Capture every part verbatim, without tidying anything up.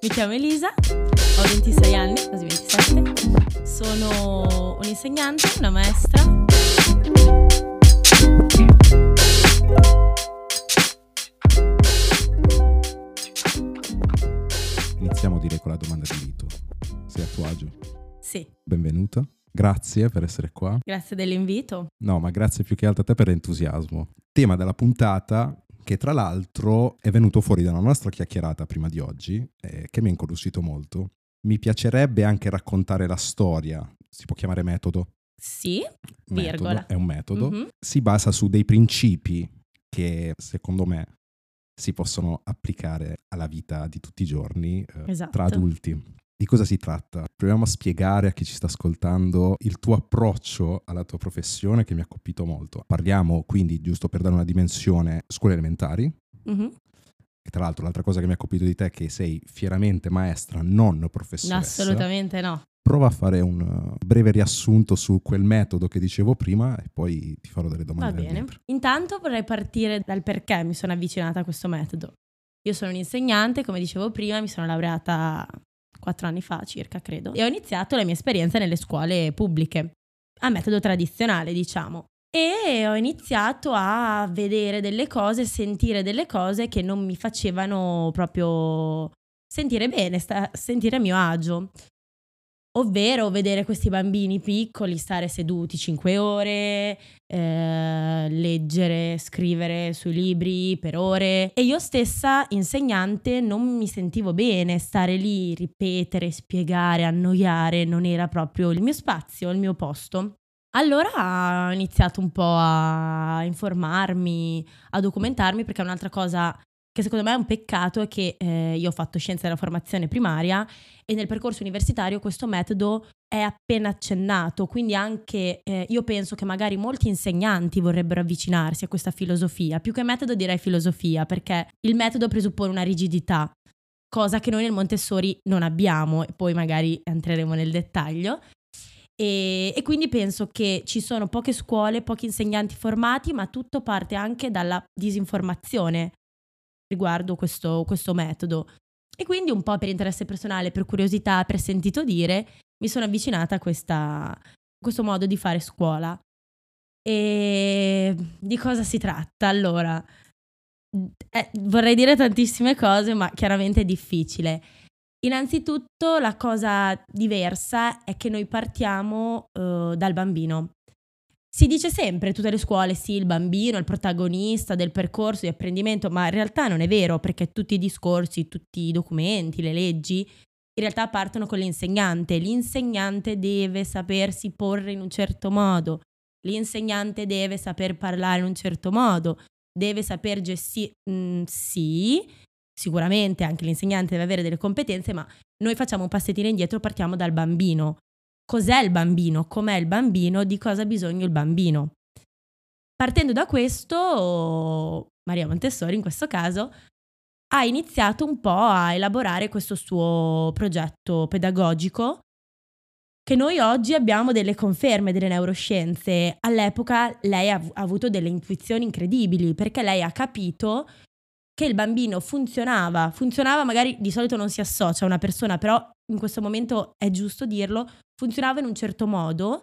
Mi chiamo Elisa, ho ventisei anni, quasi ventisette. Sono un'insegnante, una maestra. Iniziamo direi con la domanda di rito. Sei a tuo agio? Sì. Benvenuta. Grazie per essere qua. Grazie dell'invito. No, ma grazie più che altro a te per l'entusiasmo. Tema della puntata che tra l'altro è venuto fuori da una nostra chiacchierata prima di oggi, eh, che mi ha incuriosito molto. Mi piacerebbe anche raccontare la storia, si può chiamare metodo? Sì, Metodo, virgola. è un metodo. Mm-hmm. Si basa su dei principi che secondo me si possono applicare alla vita di tutti i giorni, eh, Esatto. tra adulti. Di cosa si tratta? Proviamo a spiegare a chi ci sta ascoltando il tuo approccio alla tua professione, che mi ha colpito molto. Parliamo quindi, giusto per dare una dimensione, scuole elementari. Mm-hmm. E tra l'altro l'altra cosa che mi ha colpito di te è che sei fieramente maestra, non professoressa. Assolutamente no. Prova a fare un uh, breve riassunto su quel metodo che dicevo prima e poi ti farò delle domande. Va bene. Dentro. Intanto vorrei partire dal perché mi sono avvicinata a questo metodo. Io sono un'insegnante, come dicevo prima, mi sono laureata quattro anni fa circa, credo, e ho iniziato le mie esperienze nelle scuole pubbliche, a metodo tradizionale, diciamo. E ho iniziato a vedere delle cose, sentire delle cose che non mi facevano proprio sentire bene, sta- sentire a mio agio. Ovvero vedere questi bambini piccoli stare seduti cinque ore, eh, leggere, scrivere sui libri per ore. E io stessa, insegnante, non mi sentivo bene. Stare lì, ripetere, spiegare, annoiare, non era proprio il mio spazio, il mio posto. Allora ho iniziato un po' a informarmi, a documentarmi, perché è un'altra cosa che secondo me è un peccato è che eh, io ho fatto scienze della formazione primaria e nel percorso universitario questo metodo è appena accennato, quindi anche eh, io penso che magari molti insegnanti vorrebbero avvicinarsi a questa filosofia, più che metodo direi filosofia, perché il metodo presuppone una rigidità, cosa che noi nel Montessori non abbiamo e poi magari entreremo nel dettaglio. E, e quindi penso che ci sono poche scuole, pochi insegnanti formati, ma tutto parte anche dalla disinformazione riguardo questo, questo metodo. E quindi un po' per interesse personale, per curiosità, per sentito dire, mi sono avvicinata a questa, questo modo di fare scuola. E di cosa si tratta? Allora, eh, vorrei dire tantissime cose, ma chiaramente è difficile. Innanzitutto la cosa diversa è che noi partiamo uh, dal bambino. Si dice sempre, tutte le scuole, sì, il bambino è il protagonista del percorso di apprendimento, ma in realtà non è vero, perché tutti i discorsi, tutti i documenti, le leggi, in realtà partono con l'insegnante. L'insegnante deve sapersi porre in un certo modo, l'insegnante deve saper parlare in un certo modo, deve saper gestire, mm, sì, sicuramente anche l'insegnante deve avere delle competenze, ma noi facciamo un passettino indietro, partiamo dal bambino. Cos'è il bambino? Com'è il bambino? Di cosa ha bisogno il bambino? Partendo da questo, Maria Montessori in questo caso ha iniziato un po' a elaborare questo suo progetto pedagogico che noi oggi abbiamo delle conferme delle neuroscienze. All'epoca lei ha, ha avuto delle intuizioni incredibili perché lei ha capito che il bambino funzionava, funzionava magari di solito non si associa a una persona, però in questo momento è giusto dirlo, funzionava in un certo modo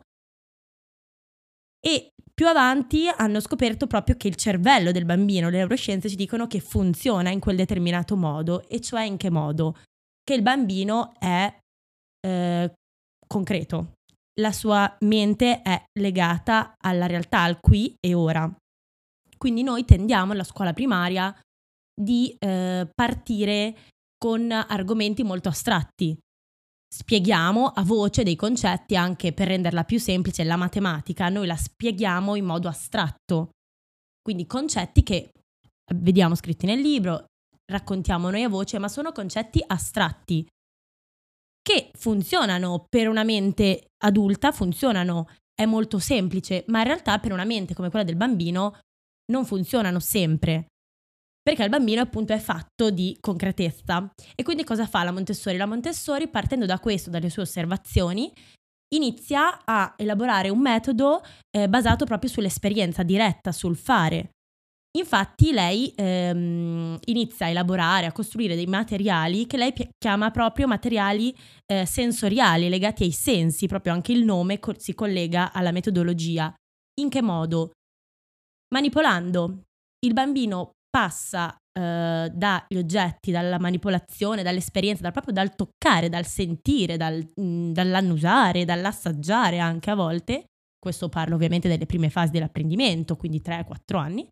e più avanti hanno scoperto proprio che il cervello del bambino, le neuroscienze ci dicono che funziona in quel determinato modo, e cioè in che modo? Che il bambino è eh, concreto, la sua mente è legata alla realtà, al qui e ora. Quindi noi tendiamo alla scuola primaria di eh, partire con argomenti molto astratti. Spieghiamo a voce dei concetti, anche per renderla più semplice, la matematica noi la spieghiamo in modo astratto. Quindi concetti che vediamo scritti nel libro, raccontiamo noi a voce, ma sono concetti astratti che funzionano per una mente adulta, funzionano, è molto semplice, ma in realtà per una mente come quella del bambino non funzionano sempre. Perché il bambino appunto è fatto di concretezza. E quindi cosa fa la Montessori? La Montessori, partendo da questo, dalle sue osservazioni, inizia a elaborare un metodo eh, basato proprio sull'esperienza diretta, sul fare. Infatti lei ehm, inizia a elaborare, a costruire dei materiali che lei pi- chiama proprio materiali eh, sensoriali, legati ai sensi, proprio anche il nome co- si collega alla metodologia. In che modo? Manipolando. Il bambino passa eh, dagli oggetti, dalla manipolazione, dall'esperienza, dal, proprio dal toccare, dal sentire, dal, mh, dall'annusare, dall'assaggiare anche a volte. Questo parlo ovviamente delle prime fasi dell'apprendimento, quindi tre quattro anni.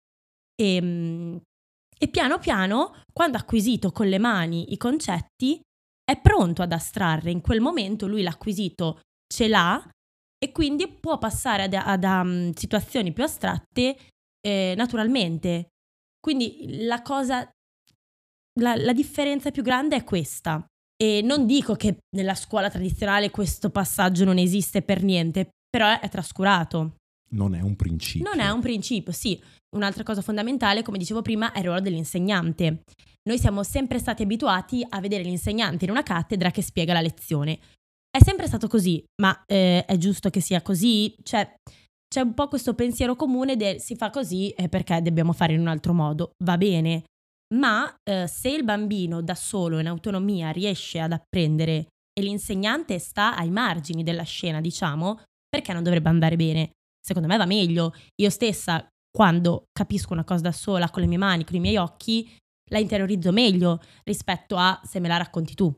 E, e piano piano, quando ha acquisito con le mani i concetti, è pronto ad astrarre. In quel momento lui l'ha acquisito, ce l'ha, e quindi può passare ad, ad um, situazioni più astratte eh, naturalmente. Quindi la cosa, la, la differenza più grande è questa. E non dico che nella scuola tradizionale questo passaggio non esiste per niente, però è trascurato. Non è un principio. Non è un principio, sì. Un'altra cosa fondamentale, come dicevo prima, è il ruolo dell'insegnante. Noi siamo sempre stati abituati a vedere l'insegnante in una cattedra che spiega la lezione. È sempre stato così, ma eh, è giusto che sia così? Cioè, c'è un po' questo pensiero comune del si fa così e perché dobbiamo fare in un altro modo. Va bene, ma eh, se il bambino da solo, in autonomia, riesce ad apprendere e l'insegnante sta ai margini della scena, diciamo, perché non dovrebbe andare bene? Secondo me va meglio. Io stessa, quando capisco una cosa da sola, con le mie mani, con i miei occhi, la interiorizzo meglio rispetto a se me la racconti tu.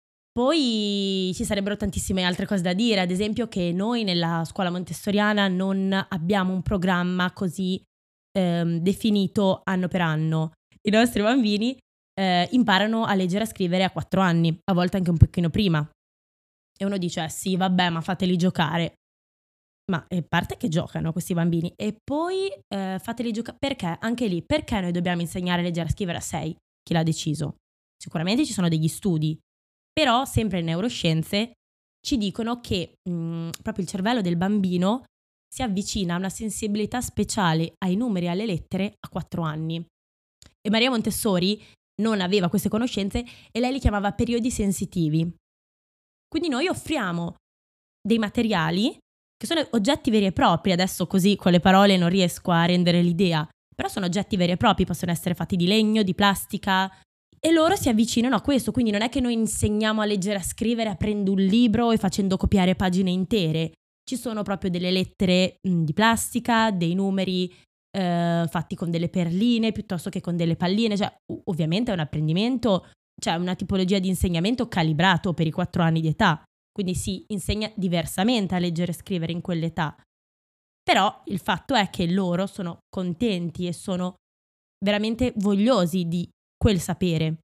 Poi ci sarebbero tantissime altre cose da dire, ad esempio che noi nella scuola montessoriana non abbiamo un programma così ehm, definito anno per anno. I nostri bambini eh, imparano a leggere e a scrivere a quattro anni, a volte anche un pochino prima. E uno dice, eh, sì, vabbè, ma fateli giocare. Ma a parte che giocano questi bambini e poi eh, fateli giocare, perché? Anche lì, perché noi dobbiamo insegnare a leggere e a scrivere a sei? Chi l'ha deciso? Sicuramente ci sono degli studi, però sempre in neuroscienze ci dicono che mh, proprio il cervello del bambino si avvicina a una sensibilità speciale ai numeri e alle lettere a quattro anni. E Maria Montessori non aveva queste conoscenze e lei li chiamava periodi sensitivi. Quindi noi offriamo dei materiali che sono oggetti veri e propri, adesso così con le parole non riesco a rendere l'idea, però sono oggetti veri e propri, possono essere fatti di legno, di plastica, e loro si avvicinano a questo, quindi non è che noi insegniamo a leggere e a scrivere aprendo un libro e facendo copiare pagine intere, ci sono proprio delle lettere mh, di plastica, dei numeri eh, fatti con delle perline piuttosto che con delle palline, cioè ovviamente è un apprendimento, cioè una tipologia di insegnamento calibrato per i quattro anni di età. Quindi si insegna diversamente a leggere e scrivere in quell'età. Però il fatto è che loro sono contenti e sono veramente vogliosi di quel sapere.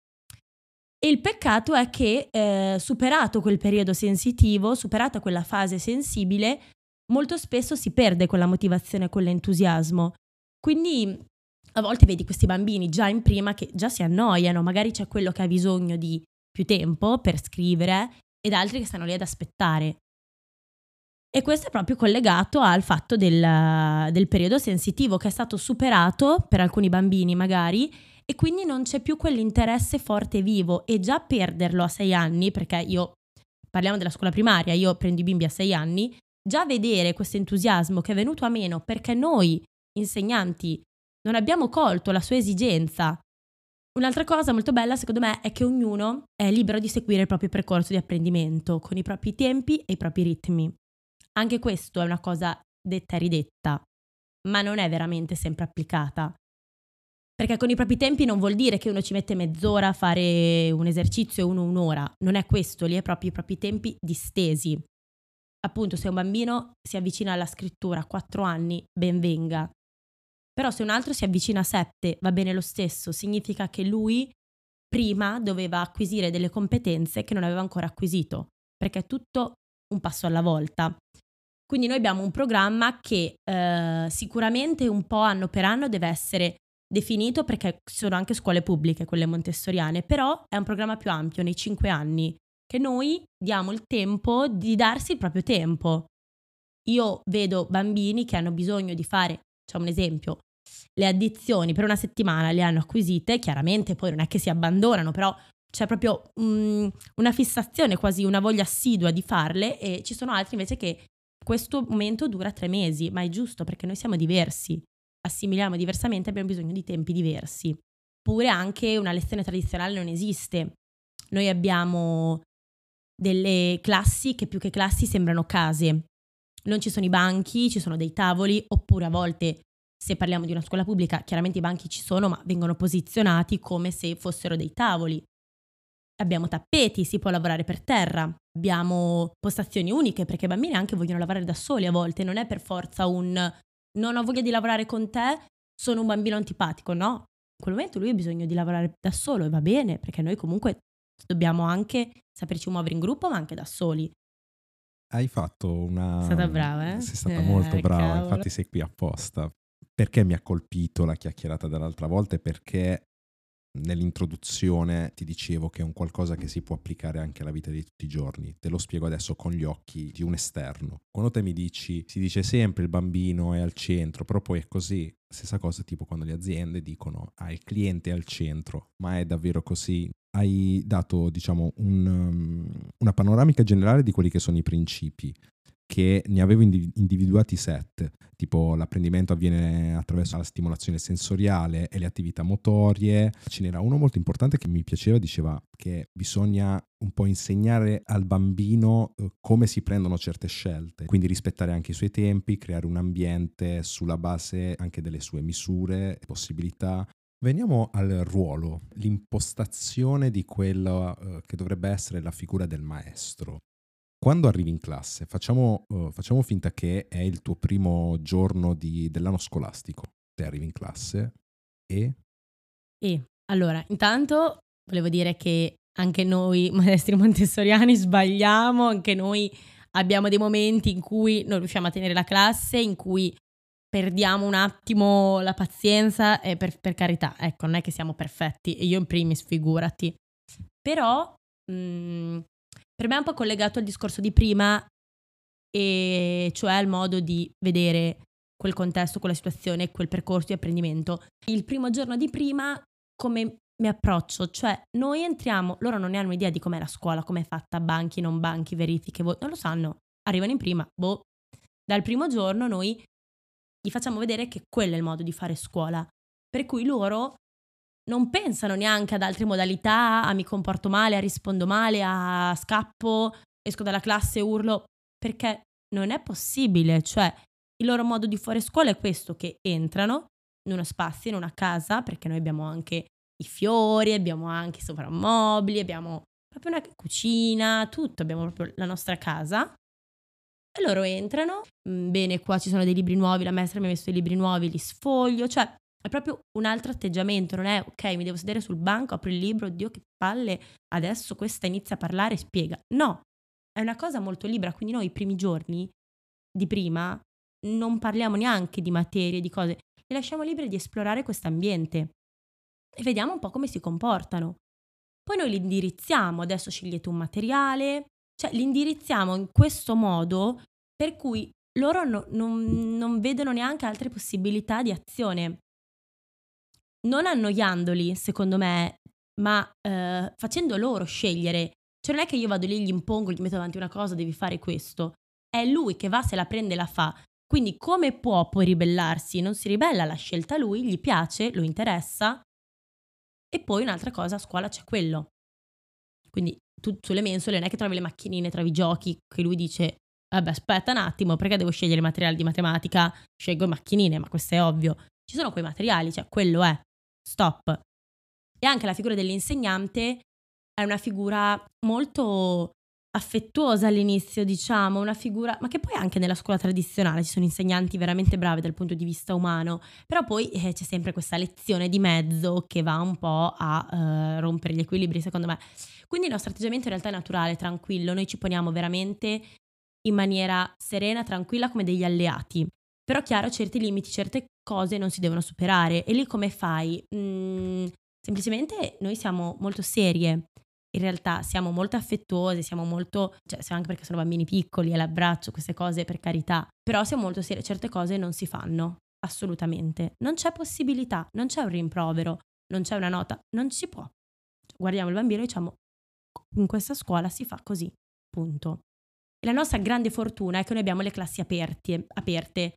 E il peccato è che, eh, superato quel periodo sensitivo, superata quella fase sensibile, molto spesso si perde quella motivazione, quell'entusiasmo. Quindi a volte vedi questi bambini già in prima che già si annoiano, magari c'è quello che ha bisogno di più tempo per scrivere, ed altri che stanno lì ad aspettare. E questo è proprio collegato al fatto del, del periodo sensitivo che è stato superato per alcuni bambini magari, e quindi non c'è più quell'interesse forte e vivo, e già perderlo a sei anni, perché io, parliamo della scuola primaria, io prendo i bimbi a sei anni, già vedere questo entusiasmo che è venuto a meno perché noi insegnanti non abbiamo colto la sua esigenza. Un'altra cosa molto bella, secondo me, è che ognuno è libero di seguire il proprio percorso di apprendimento, con i propri tempi e i propri ritmi. Anche questo è una cosa detta e ridetta, ma non è veramente sempre applicata. Perché con i propri tempi non vuol dire che uno ci mette mezz'ora a fare un esercizio e uno un'ora. Non è questo, lì è proprio i propri tempi distesi. Appunto, se un bambino si avvicina alla scrittura a quattro anni, ben venga. Però se un altro si avvicina a sette, va bene lo stesso, significa che lui prima doveva acquisire delle competenze che non aveva ancora acquisito, perché è tutto un passo alla volta. Quindi noi abbiamo un programma che eh, sicuramente un po' anno per anno deve essere definito, perché sono anche scuole pubbliche, quelle montessoriane, però è un programma più ampio, nei cinque anni, che noi diamo il tempo di darsi il proprio tempo. Io vedo bambini che hanno bisogno di fare, facciamo un esempio, le addizioni per una settimana le hanno acquisite, chiaramente poi non è che si abbandonano, però c'è proprio um, una fissazione, quasi una voglia assidua di farle, e ci sono altri invece che questo momento dura tre mesi, ma è giusto perché noi siamo diversi, assimiliamo diversamente abbiamo bisogno di tempi diversi. Oppure anche una lezione tradizionale non esiste. Noi abbiamo delle classi che più che classi sembrano case. Non ci sono i banchi, ci sono dei tavoli, oppure a volte, se parliamo di una scuola pubblica, chiaramente i banchi ci sono, ma vengono posizionati come se fossero dei tavoli. Abbiamo tappeti, si può lavorare per terra, abbiamo postazioni uniche perché i bambini anche vogliono lavorare da soli a volte, non è per forza un non ho voglia di lavorare con te, sono un bambino antipatico, no. In quel momento lui ha bisogno di lavorare da solo e va bene, perché noi comunque dobbiamo anche saperci muovere in gruppo ma anche da soli. Hai fatto una... Sei stata brava, eh? Sei stata Eh, molto brava, cavolo. infatti sei qui apposta. Perché mi ha colpito la chiacchierata dell'altra volta? Perché nell'introduzione ti dicevo che è un qualcosa che si può applicare anche alla vita di tutti i giorni. Te lo spiego adesso con gli occhi di un esterno. Quando te mi dici, si dice sempre il bambino è al centro, però poi è così. Stessa cosa tipo quando le aziende dicono ah, il cliente è al centro, ma è davvero così? Hai dato, diciamo, un, um, una panoramica generale di quelli che sono i principi, che ne avevo individuati sette, tipo l'apprendimento avviene attraverso la stimolazione sensoriale e le attività motorie. Ce n'era uno molto importante che mi piaceva, diceva che bisogna un po' insegnare al bambino come si prendono certe scelte, quindi rispettare anche i suoi tempi, creare un ambiente sulla base anche delle sue misure e possibilità. Veniamo al ruolo, l'impostazione di quello uh, che dovrebbe essere la figura del maestro. Quando arrivi in classe, facciamo, uh, facciamo finta che è il tuo primo giorno di, dell'anno scolastico. Te arrivi in classe e... E allora, intanto volevo dire che anche noi maestri montessoriani sbagliamo, anche noi abbiamo dei momenti in cui non riusciamo a tenere la classe, in cui perdiamo un attimo la pazienza e per, per carità, ecco, non è che siamo perfetti e io in primis, figurati. Però mh, per me è un po' collegato al discorso di prima, e cioè al modo di vedere quel contesto, quella situazione, quel percorso di apprendimento. Il primo giorno di prima, come mi approccio? Cioè, noi entriamo, loro non ne hanno idea di com'è la scuola, com'è fatta, banchi, non banchi, verifiche, vo- non lo sanno. Arrivano in prima, boh. Dal primo giorno noi gli facciamo vedere che quello è il modo di fare scuola. Per cui loro non pensano neanche ad altre modalità, a mi comporto male, a rispondo male, a scappo, esco dalla classe e urlo, perché non è possibile. Cioè, il loro modo di fare scuola è questo, che entrano in uno spazio, in una casa, perché noi abbiamo anche i fiori, abbiamo anche i sovrammobili, abbiamo proprio una cucina, tutto, abbiamo proprio la nostra casa. E loro entrano, bene, qua ci sono dei libri nuovi, la maestra mi ha messo dei libri nuovi, li sfoglio, cioè è proprio un altro atteggiamento, non è ok, mi devo sedere sul banco, apro il libro, oddio che palle, adesso questa inizia a parlare e spiega. No, è una cosa molto libera, quindi noi i primi giorni di prima non parliamo neanche di materie, di cose, li lasciamo liberi di esplorare questo ambiente e vediamo un po' come si comportano. Poi noi li indirizziamo, adesso scegliete un materiale, cioè li indirizziamo in questo modo per cui loro no, non, non vedono neanche altre possibilità di azione. Non annoiandoli, secondo me, ma eh, facendo loro scegliere. Cioè non è che io vado lì, gli impongo, gli metto davanti una cosa, devi fare questo. È lui che va, se la prende, la fa. Quindi come può poi ribellarsi? Non si ribella, l'ha scelta lui, gli piace, lo interessa. E poi un'altra cosa, a scuola c'è quello. Quindi tu sulle mensole non è che trovi le macchinine, trovi i giochi, che lui dice vabbè aspetta un attimo, perché devo scegliere il materiale di matematica? Scelgo macchinine, ma questo è ovvio. Ci sono quei materiali, cioè quello è, stop. E anche la figura dell'insegnante è una figura molto affettuosa all'inizio, diciamo, una figura, ma che poi anche nella scuola tradizionale ci sono insegnanti veramente bravi dal punto di vista umano, però poi eh, c'è sempre questa lezione di mezzo che va un po' a eh, rompere gli equilibri, secondo me. Quindi il nostro atteggiamento in realtà è naturale, tranquillo, noi ci poniamo veramente in maniera serena, tranquilla, come degli alleati. Però chiaro, certi limiti, certe cose non si devono superare. E lì come fai? Mm, semplicemente noi siamo molto serie. In realtà siamo molto affettuose, siamo molto, cioè anche perché sono bambini piccoli, è l'abbraccio, queste cose per carità, però siamo molto serie, certe cose non si fanno, assolutamente. Non c'è possibilità, non c'è un rimprovero, non c'è una nota, non si può. Guardiamo il bambino e diciamo, in questa scuola si fa così, punto. E la nostra grande fortuna è che noi abbiamo le classi aperte, aperte.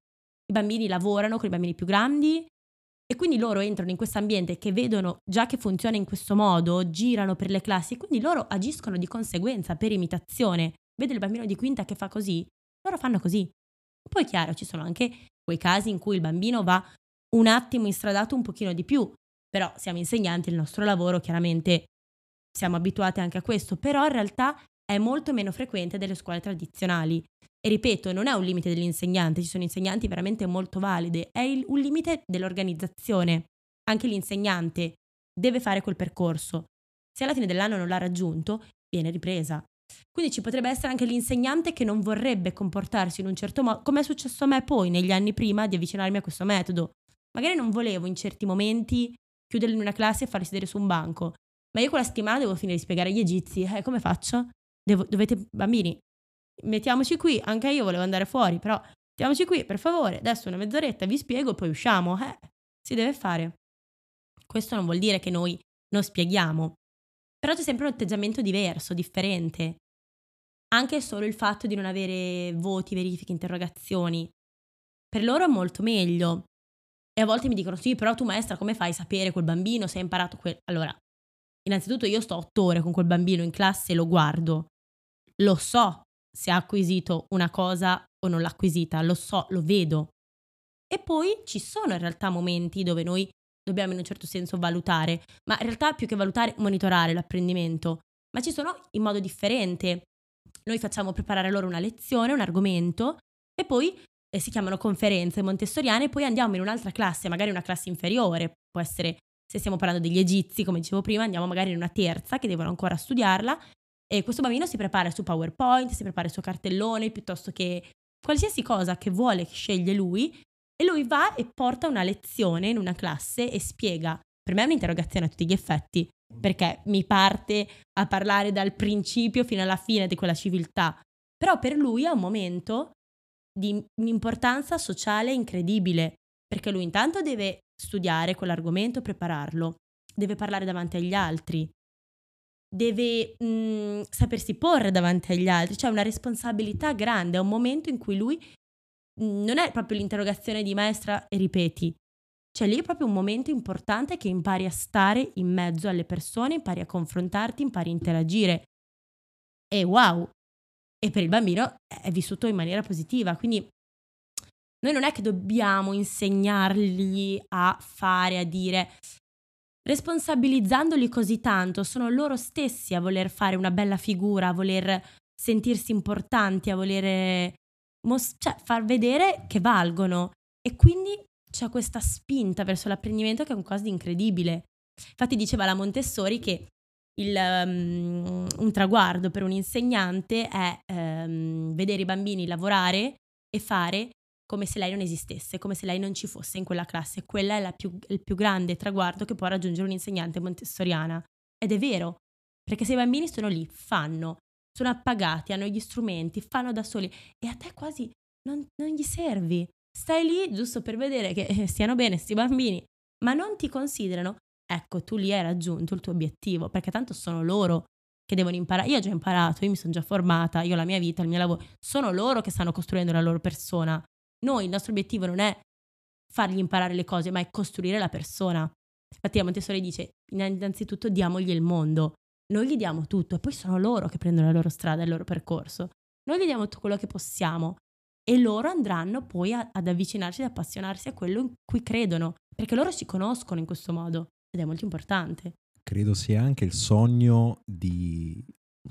i bambini lavorano con i bambini più grandi e quindi loro entrano in questo ambiente che vedono già che funziona in questo modo, girano per le classi, quindi loro agiscono di conseguenza per imitazione. Vedo il bambino di quinta che fa così, loro fanno così. Poi chiaro, ci sono anche quei casi in cui il bambino va un attimo instradato un pochino di più, però siamo insegnanti, il nostro lavoro chiaramente siamo abituati anche a questo, però in realtà è molto meno frequente delle scuole tradizionali. E ripeto, non è un limite dell'insegnante, ci sono insegnanti veramente molto valide, è il, un limite dell'organizzazione. Anche l'insegnante deve fare quel percorso. Se alla fine dell'anno non l'ha raggiunto, viene ripresa. Quindi ci potrebbe essere anche l'insegnante che non vorrebbe comportarsi in un certo modo, come è successo a me poi negli anni prima di avvicinarmi a questo metodo. Magari non volevo in certi momenti chiuderli in una classe e farli sedere su un banco, ma io quella settimana devo finire di spiegare agli egizi, eh, come faccio? Devo, dovete, bambini, mettiamoci qui, anche io volevo andare fuori, però mettiamoci qui, per favore, adesso una mezz'oretta vi spiego e poi usciamo, eh, si deve fare. Questo non vuol dire che noi non spieghiamo, però c'è sempre un atteggiamento diverso, differente. Anche solo il fatto di non avere voti, verifiche, interrogazioni, per loro è molto meglio. E a volte mi dicono, sì, però tu maestra come fai a sapere quel bambino se hai imparato quel... Allora, innanzitutto io sto otto ore con quel bambino in classe e lo guardo. Lo so se ha acquisito una cosa o non l'ha acquisita, lo so, lo vedo. E poi ci sono in realtà momenti dove noi dobbiamo in un certo senso valutare, ma in realtà più che valutare, monitorare l'apprendimento. Ma ci sono in modo differente. Noi facciamo preparare loro una lezione, un argomento, e poi eh, si chiamano conferenze montessoriane, e poi andiamo in un'altra classe, magari una classe inferiore, può essere, se stiamo parlando degli egizi, come dicevo prima, andiamo magari in una terza che devono ancora studiarla, e questo bambino si prepara il suo PowerPoint, si prepara il suo cartellone, piuttosto che qualsiasi cosa che vuole, che sceglie lui, e lui va e porta una lezione in una classe e spiega. Per me è un'interrogazione a tutti gli effetti, perché mi parte a parlare dal principio fino alla fine di quella civiltà. Però per lui è un momento di un'importanza sociale incredibile, perché lui intanto deve studiare quell'argomento, prepararlo, deve parlare davanti agli altri, deve mh, sapersi porre davanti agli altri, cioè una responsabilità grande, è un momento in cui lui mh, non è proprio l'interrogazione di maestra e ripeti, cioè lì è proprio un momento importante che impari a stare in mezzo alle persone, impari a confrontarti, impari a interagire. E wow! E per il bambino è vissuto in maniera positiva, quindi noi non è che dobbiamo insegnargli a fare, a dire, responsabilizzandoli così tanto, sono loro stessi a voler fare una bella figura, a voler sentirsi importanti, a voler mos- cioè, far vedere che valgono, e quindi c'è questa spinta verso l'apprendimento che è un qualcosa di incredibile. Infatti diceva la Montessori che il, um, un traguardo per un insegnante è um, vedere i bambini lavorare e fare come se lei non esistesse, come se lei non ci fosse in quella classe. Quella è la più, il più grande traguardo che può raggiungere un'insegnante montessoriana. Ed è vero, perché se i bambini sono lì, fanno, sono appagati, hanno gli strumenti, fanno da soli, e a te quasi non, non gli servi. Stai lì giusto per vedere che eh, stiano bene sti bambini, ma non ti considerano. Ecco, tu lì hai raggiunto il tuo obiettivo, perché tanto sono loro che devono imparare. Io ho già imparato, io mi sono già formata, io ho la mia vita, il mio lavoro. Sono loro che stanno costruendo la loro persona. Noi, il nostro obiettivo non è fargli imparare le cose, ma è costruire la persona. Infatti la Montessori dice, innanzitutto diamogli il mondo. Noi gli diamo tutto e poi sono loro che prendono la loro strada, il loro percorso. Noi gli diamo tutto quello che possiamo e loro andranno poi a, ad avvicinarsi, ad appassionarsi a quello in cui credono, perché loro si conoscono in questo modo ed è molto importante. Credo sia anche il sogno di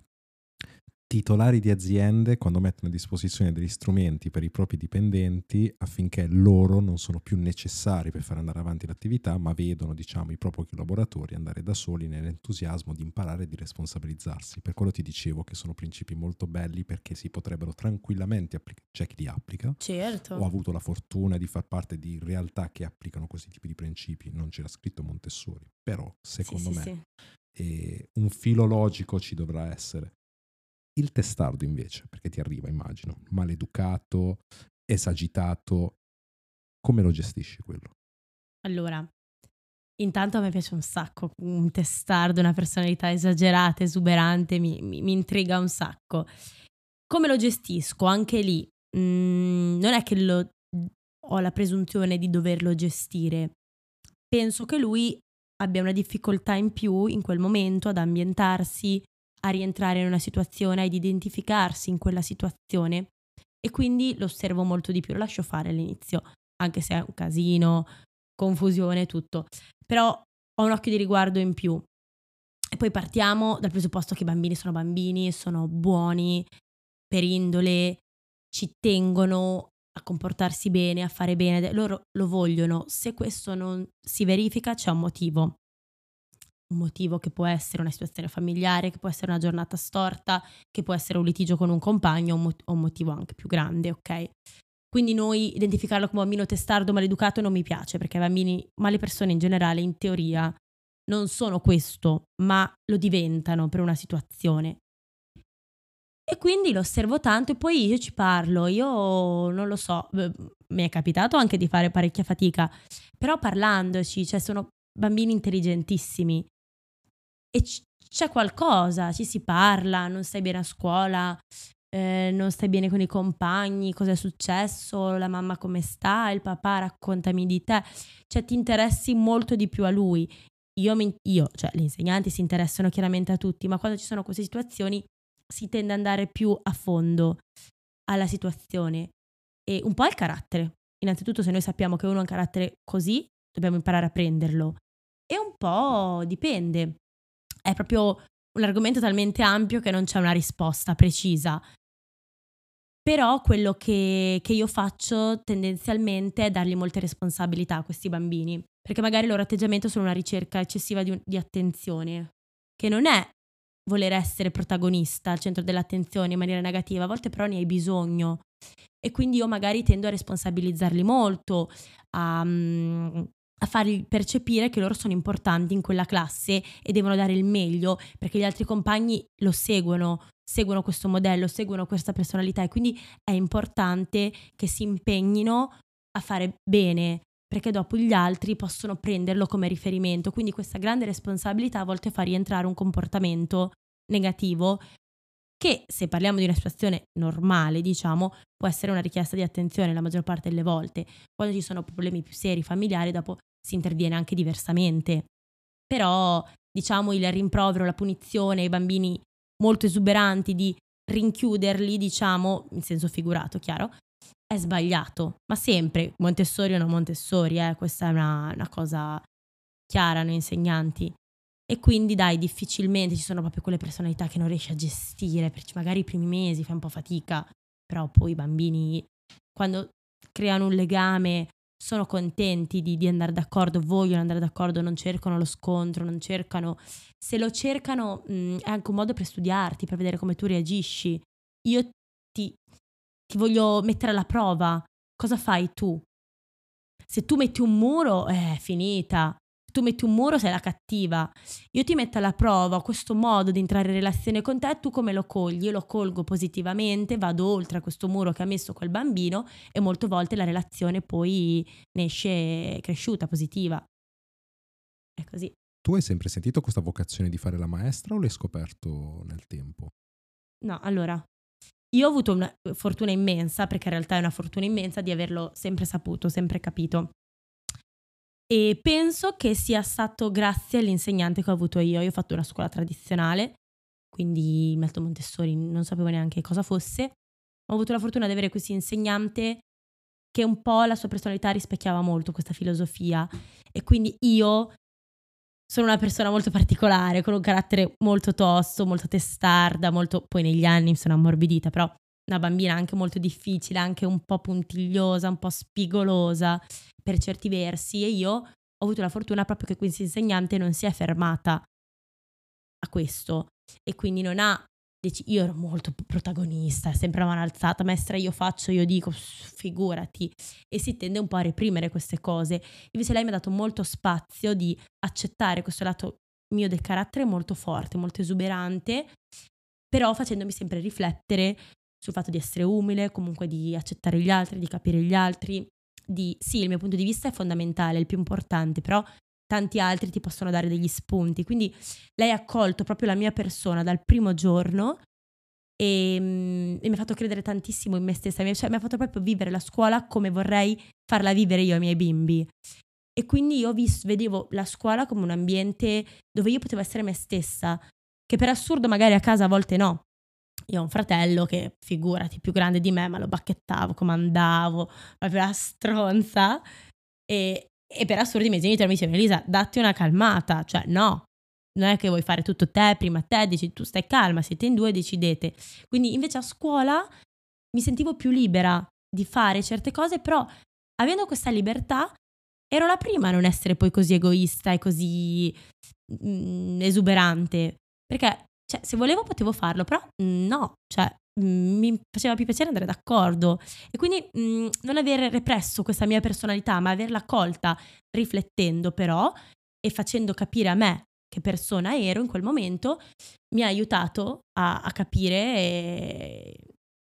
titolari di aziende quando mettono a disposizione degli strumenti per i propri dipendenti affinché loro non sono più necessari per far andare avanti l'attività, ma vedono, diciamo, i propri collaboratori andare da soli nell'entusiasmo di imparare e di responsabilizzarsi. Per quello ti dicevo che sono principi molto belli, perché si potrebbero tranquillamente applicare. C'è chi li applica. Certo. Ho avuto la fortuna di far parte di realtà che applicano questi tipi di principi. Non c'era scritto Montessori, però secondo sì, me sì, sì. Eh, un filo logico ci dovrà essere. Il testardo invece, perché ti arriva, immagino, maleducato, esagitato, come lo gestisci quello? Allora, intanto a me piace un sacco un testardo, una personalità esagerata, esuberante, mi, mi, mi intriga un sacco. Come lo gestisco? Anche lì, mh, non è che lo ho la presunzione di doverlo gestire. Penso che lui abbia una difficoltà in più in quel momento ad ambientarsi, a rientrare in una situazione, ad identificarsi in quella situazione, e quindi lo osservo molto di più, lo lascio fare all'inizio, anche se è un casino, confusione, tutto. Però ho un occhio di riguardo in più. E poi partiamo dal presupposto che i bambini sono bambini, sono buoni per indole, ci tengono a comportarsi bene, a fare bene, loro lo vogliono. Se questo non si verifica c'è un motivo. Un motivo che può essere una situazione familiare, che può essere una giornata storta, che può essere un litigio con un compagno, o un motivo anche più grande, ok? Quindi noi identificarlo come bambino testardo, maleducato non mi piace, perché bambini, ma le persone in generale, in teoria, non sono questo, ma lo diventano per una situazione. E quindi lo osservo tanto e poi io ci parlo, io non lo so, mi è capitato anche di fare parecchia fatica, però parlandoci, cioè sono bambini intelligentissimi e c- c'è qualcosa, ci si parla, non stai bene a scuola, eh, non stai bene con i compagni, cosa è successo, la mamma come sta, il papà raccontami di te, cioè ti interessi molto di più a lui. Io, mi, io, cioè gli insegnanti si interessano chiaramente a tutti, ma quando ci sono queste situazioni si tende ad andare più a fondo alla situazione e un po' al carattere. Innanzitutto, se noi sappiamo che uno ha un carattere così, dobbiamo imparare a prenderlo. E un po' dipende. È proprio un argomento talmente ampio che non c'è una risposta precisa. Però quello che, che io faccio tendenzialmente è dargli molte responsabilità a questi bambini, perché magari il loro atteggiamento sono una ricerca eccessiva di, di attenzione, che non è voler essere protagonista al centro dell'attenzione in maniera negativa, a volte però ne hai bisogno. E quindi io magari tendo a responsabilizzarli molto, a, a fargli percepire che loro sono importanti in quella classe e devono dare il meglio, perché gli altri compagni lo seguono, seguono questo modello, seguono questa personalità, e quindi è importante che si impegnino a fare bene, perché dopo gli altri possono prenderlo come riferimento. Quindi questa grande responsabilità a volte fa rientrare un comportamento negativo che, se parliamo di una situazione normale, diciamo, può essere una richiesta di attenzione la maggior parte delle volte. Quando ci sono problemi più seri familiari, dopo si interviene anche diversamente. Però, diciamo, il rimprovero, la punizione, i bambini molto esuberanti, di rinchiuderli, diciamo, in senso figurato, chiaro, è sbagliato. Ma sempre, Montessori o non Montessori, eh, questa è una, una cosa chiara noi insegnanti. E quindi dai, difficilmente ci sono proprio quelle personalità che non riesci a gestire, perché magari i primi mesi fai un po' fatica, però poi i bambini, quando creano un legame, sono contenti di, di andare d'accordo, vogliono andare d'accordo, non cercano lo scontro, non cercano, se lo cercano mh, è anche un modo per studiarti, per vedere come tu reagisci. Io ti, ti voglio mettere alla prova, cosa fai tu? Se tu metti un muro, è finita. Tu metti un muro, sei la cattiva. Io ti metto alla prova questo modo di entrare in relazione con te, tu come lo cogli? Io lo colgo positivamente, vado oltre a questo muro che ha messo quel bambino e molte volte la relazione poi ne esce cresciuta, positiva. È così. Tu hai sempre sentito questa vocazione di fare la maestra o l'hai scoperto nel tempo? No, allora, io ho avuto una fortuna immensa, perché in realtà è una fortuna immensa, di averlo sempre saputo, sempre capito. E penso che sia stato grazie all'insegnante che ho avuto io. Io ho fatto una scuola tradizionale, quindi il metodo Montessori non sapevo neanche cosa fosse. Ho avuto la fortuna di avere questo insegnante che un po' la sua personalità rispecchiava molto questa filosofia, e quindi io sono una persona molto particolare, con un carattere molto tosto, molto testarda, molto, poi negli anni mi sono ammorbidita, però una bambina anche molto difficile, anche un po' puntigliosa, un po' spigolosa per certi versi, e io ho avuto la fortuna proprio che questa insegnante non si è fermata a questo e quindi non ha, io ero molto protagonista, sempre a mano alzata, maestra io faccio, io dico, figurati, e si tende un po' a reprimere queste cose. Invece lei mi ha dato molto spazio di accettare questo lato mio del carattere molto forte, molto esuberante, però facendomi sempre riflettere sul fatto di essere umile, comunque di accettare gli altri, di capire gli altri, di sì, il mio punto di vista è fondamentale, è il più importante, però tanti altri ti possono dare degli spunti. Quindi lei ha accolto proprio la mia persona dal primo giorno e, mm, e mi ha fatto credere tantissimo in me stessa, mi, cioè, mi ha fatto proprio vivere la scuola come vorrei farla vivere io ai miei bimbi. E quindi io vis- vedevo la scuola come un ambiente dove io potevo essere me stessa, che per assurdo magari a casa a volte no. Io ho un fratello che, figurati, più grande di me, ma lo bacchettavo, comandavo, proprio la stronza. E, e per assurdo i miei genitori mi dicevano: Elisa, datti una calmata, cioè no, non è che vuoi fare tutto te, prima te, dici tu stai calma, siete in due, decidete. Quindi invece a scuola mi sentivo più libera di fare certe cose, però avendo questa libertà ero la prima a non essere poi così egoista e così mm, esuberante, perché cioè, se volevo potevo farlo, però mm, no, cioè mm, mi faceva più piacere andare d'accordo e quindi mm, non aver represso questa mia personalità, ma averla colta riflettendo però e facendo capire a me che persona ero in quel momento, mi ha aiutato a, a capire eh,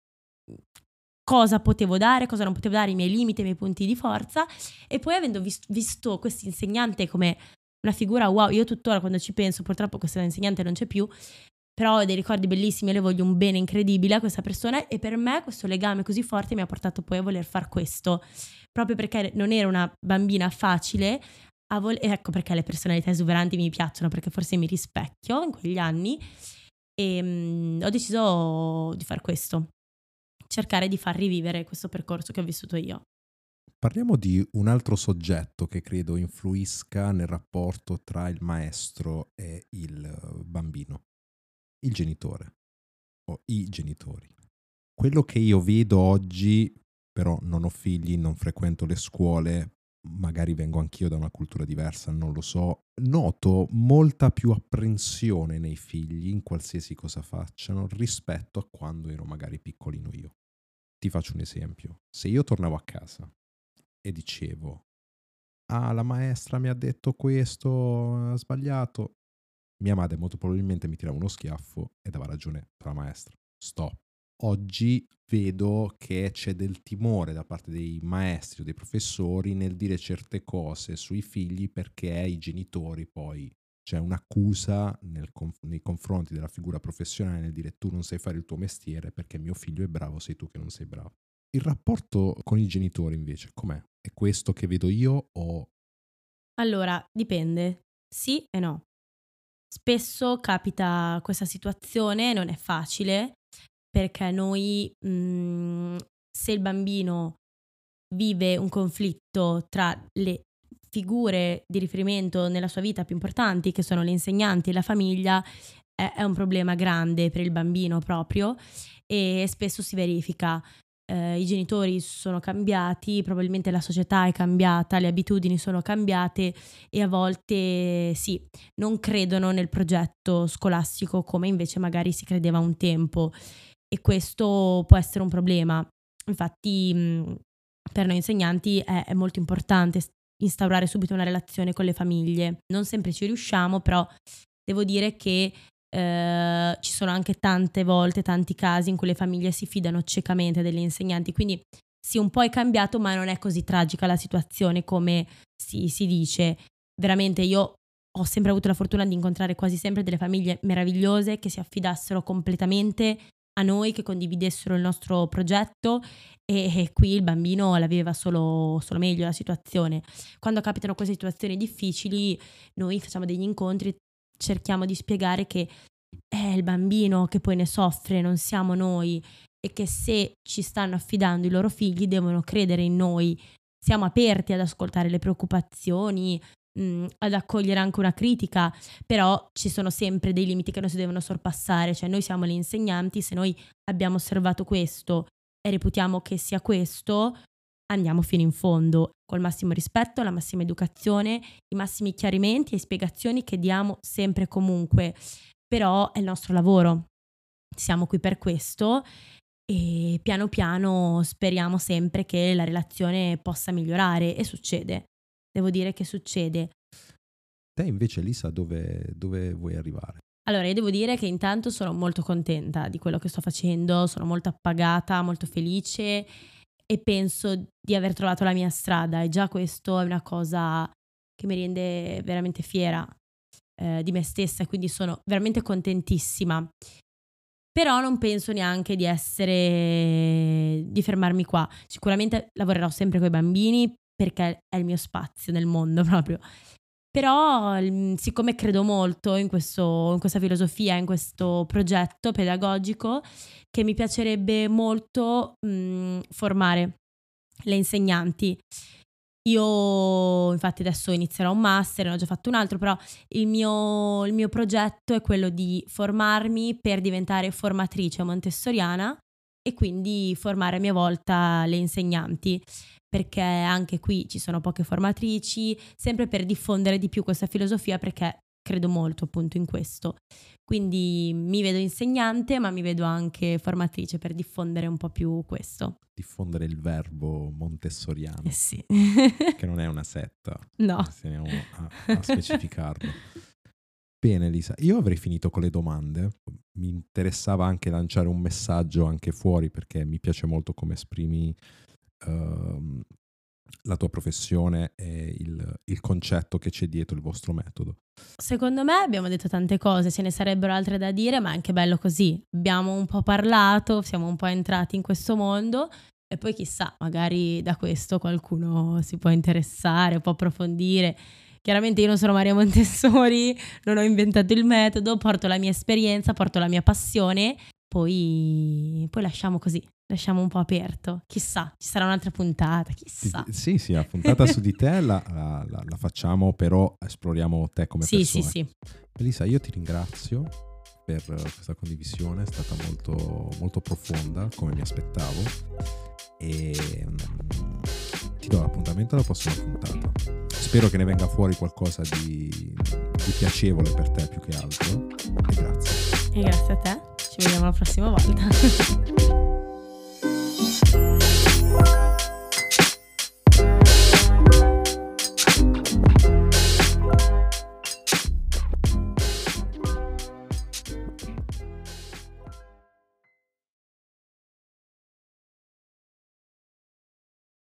cosa potevo dare, cosa non potevo dare, i miei limiti, i miei punti di forza. E poi avendo vis- visto questo insegnante come una figura wow, io tuttora quando ci penso, purtroppo questa insegnante non c'è più, però ho dei ricordi bellissimi, io le voglio un bene incredibile a questa persona e per me questo legame così forte mi ha portato poi a voler far questo, proprio perché non ero una bambina facile, a vol- ecco perché le personalità esuberanti mi piacciono, perché forse mi rispecchio in quegli anni e mm, ho deciso di far questo, cercare di far rivivere questo percorso che ho vissuto io. Parliamo di un altro soggetto che credo influisca nel rapporto tra il maestro e il bambino, il genitore o i genitori. Quello che io vedo oggi, però non ho figli, non frequento le scuole, magari vengo anch'io da una cultura diversa, non lo so, noto molta più apprensione nei figli in qualsiasi cosa facciano rispetto a quando ero magari piccolino io. Ti faccio un esempio. Se io tornavo a casa e dicevo: ah, la maestra mi ha detto questo, ha sbagliato, mia madre molto probabilmente mi tirava uno schiaffo e dava ragione alla maestra. Stop. Oggi vedo che c'è del timore da parte dei maestri o dei professori nel dire certe cose sui figli perché i genitori poi c'è un'accusa nel conf- nei confronti della figura professionale nel dire tu non sai fare il tuo mestiere perché mio figlio è bravo, sei tu che non sei bravo. Il rapporto con i genitori invece com'è? È questo che vedo io o... Allora, dipende, sì e no. Spesso capita questa situazione, non è facile, perché noi, mh, se il bambino vive un conflitto tra le figure di riferimento nella sua vita più importanti, che sono le insegnanti e la famiglia, è, è un problema grande per il bambino proprio e spesso si verifica. Eh, I genitori sono cambiati, probabilmente la società è cambiata, le abitudini sono cambiate e a volte sì, non credono nel progetto scolastico come invece magari si credeva un tempo e questo può essere un problema. Infatti mh, per noi insegnanti è, è molto importante instaurare subito una relazione con le famiglie. Non sempre ci riusciamo, però devo dire che eh, ci sono anche tante volte, tanti casi in cui le famiglie si fidano ciecamente degli insegnanti, quindi sì, un po' è cambiato, ma non è così tragica la situazione come si, si dice. Veramente io ho sempre avuto la fortuna di incontrare quasi sempre delle famiglie meravigliose che si affidassero completamente a noi, che condividessero il nostro progetto e, e qui il bambino la viveva solo, solo meglio la situazione. Quando capitano queste situazioni difficili noi facciamo degli incontri, cerchiamo di spiegare che è il bambino che poi ne soffre, non siamo noi e che se ci stanno affidando i loro figli devono credere in noi. Siamo aperti ad ascoltare le preoccupazioni, mh, ad accogliere anche una critica, però ci sono sempre dei limiti che non si devono sorpassare, cioè noi siamo gli insegnanti, se noi abbiamo osservato questo e reputiamo che sia questo, andiamo fino in fondo, col massimo rispetto, la massima educazione, i massimi chiarimenti e spiegazioni che diamo sempre e comunque, però è il nostro lavoro, siamo qui per questo e piano piano speriamo sempre che la relazione possa migliorare e succede, devo dire che succede. Te invece Elisa dove, dove vuoi arrivare? Allora, io devo dire che intanto sono molto contenta di quello che sto facendo, sono molto appagata, molto felice e penso di aver trovato la mia strada e già questo è una cosa che mi rende veramente fiera eh, di me stessa e quindi sono veramente contentissima. Però non penso neanche di essere, di fermarmi qua. Sicuramente lavorerò sempre con i bambini perché è il mio spazio nel mondo proprio. Però siccome credo molto in, questo, in questa filosofia, in questo progetto pedagogico, che mi piacerebbe molto mh, formare le insegnanti. Io infatti adesso inizierò un master, ne ho già fatto un altro, però il mio, il mio progetto è quello di formarmi per diventare formatrice montessoriana e quindi formare a mia volta le insegnanti, perché anche qui ci sono poche formatrici, sempre per diffondere di più questa filosofia, perché credo molto appunto in questo. Quindi mi vedo insegnante, ma mi vedo anche formatrice per diffondere un po' più questo. Diffondere il verbo montessoriano. Eh sì. Che non è una setta. No. Stiamo a, a specificarlo. Bene Elisa, io avrei finito con le domande. Mi interessava anche lanciare un messaggio anche fuori, perché mi piace molto come esprimi uh, la tua professione e il, il concetto che c'è dietro il vostro metodo. Secondo me abbiamo detto tante cose, ce ne sarebbero altre da dire, ma è anche bello così. Abbiamo un po' parlato, siamo un po' entrati in questo mondo e poi chissà, magari da questo qualcuno si può interessare, può approfondire. Chiaramente io non sono Maria Montessori, non ho inventato il metodo, porto la mia esperienza, porto la mia passione, poi, poi lasciamo così, lasciamo un po' aperto. Chissà, ci sarà un'altra puntata, chissà. Sì, sì, la puntata su di te la, la, la, la facciamo, però esploriamo te come sì, persona. Sì, sì, Elisa, io ti ringrazio per questa condivisione, è stata molto, molto profonda, come mi aspettavo, e um, ti do l'appuntamento alla prossima puntata. Spero che ne venga fuori qualcosa di, di piacevole per te più che altro, e grazie. E grazie a te, ci vediamo la prossima volta.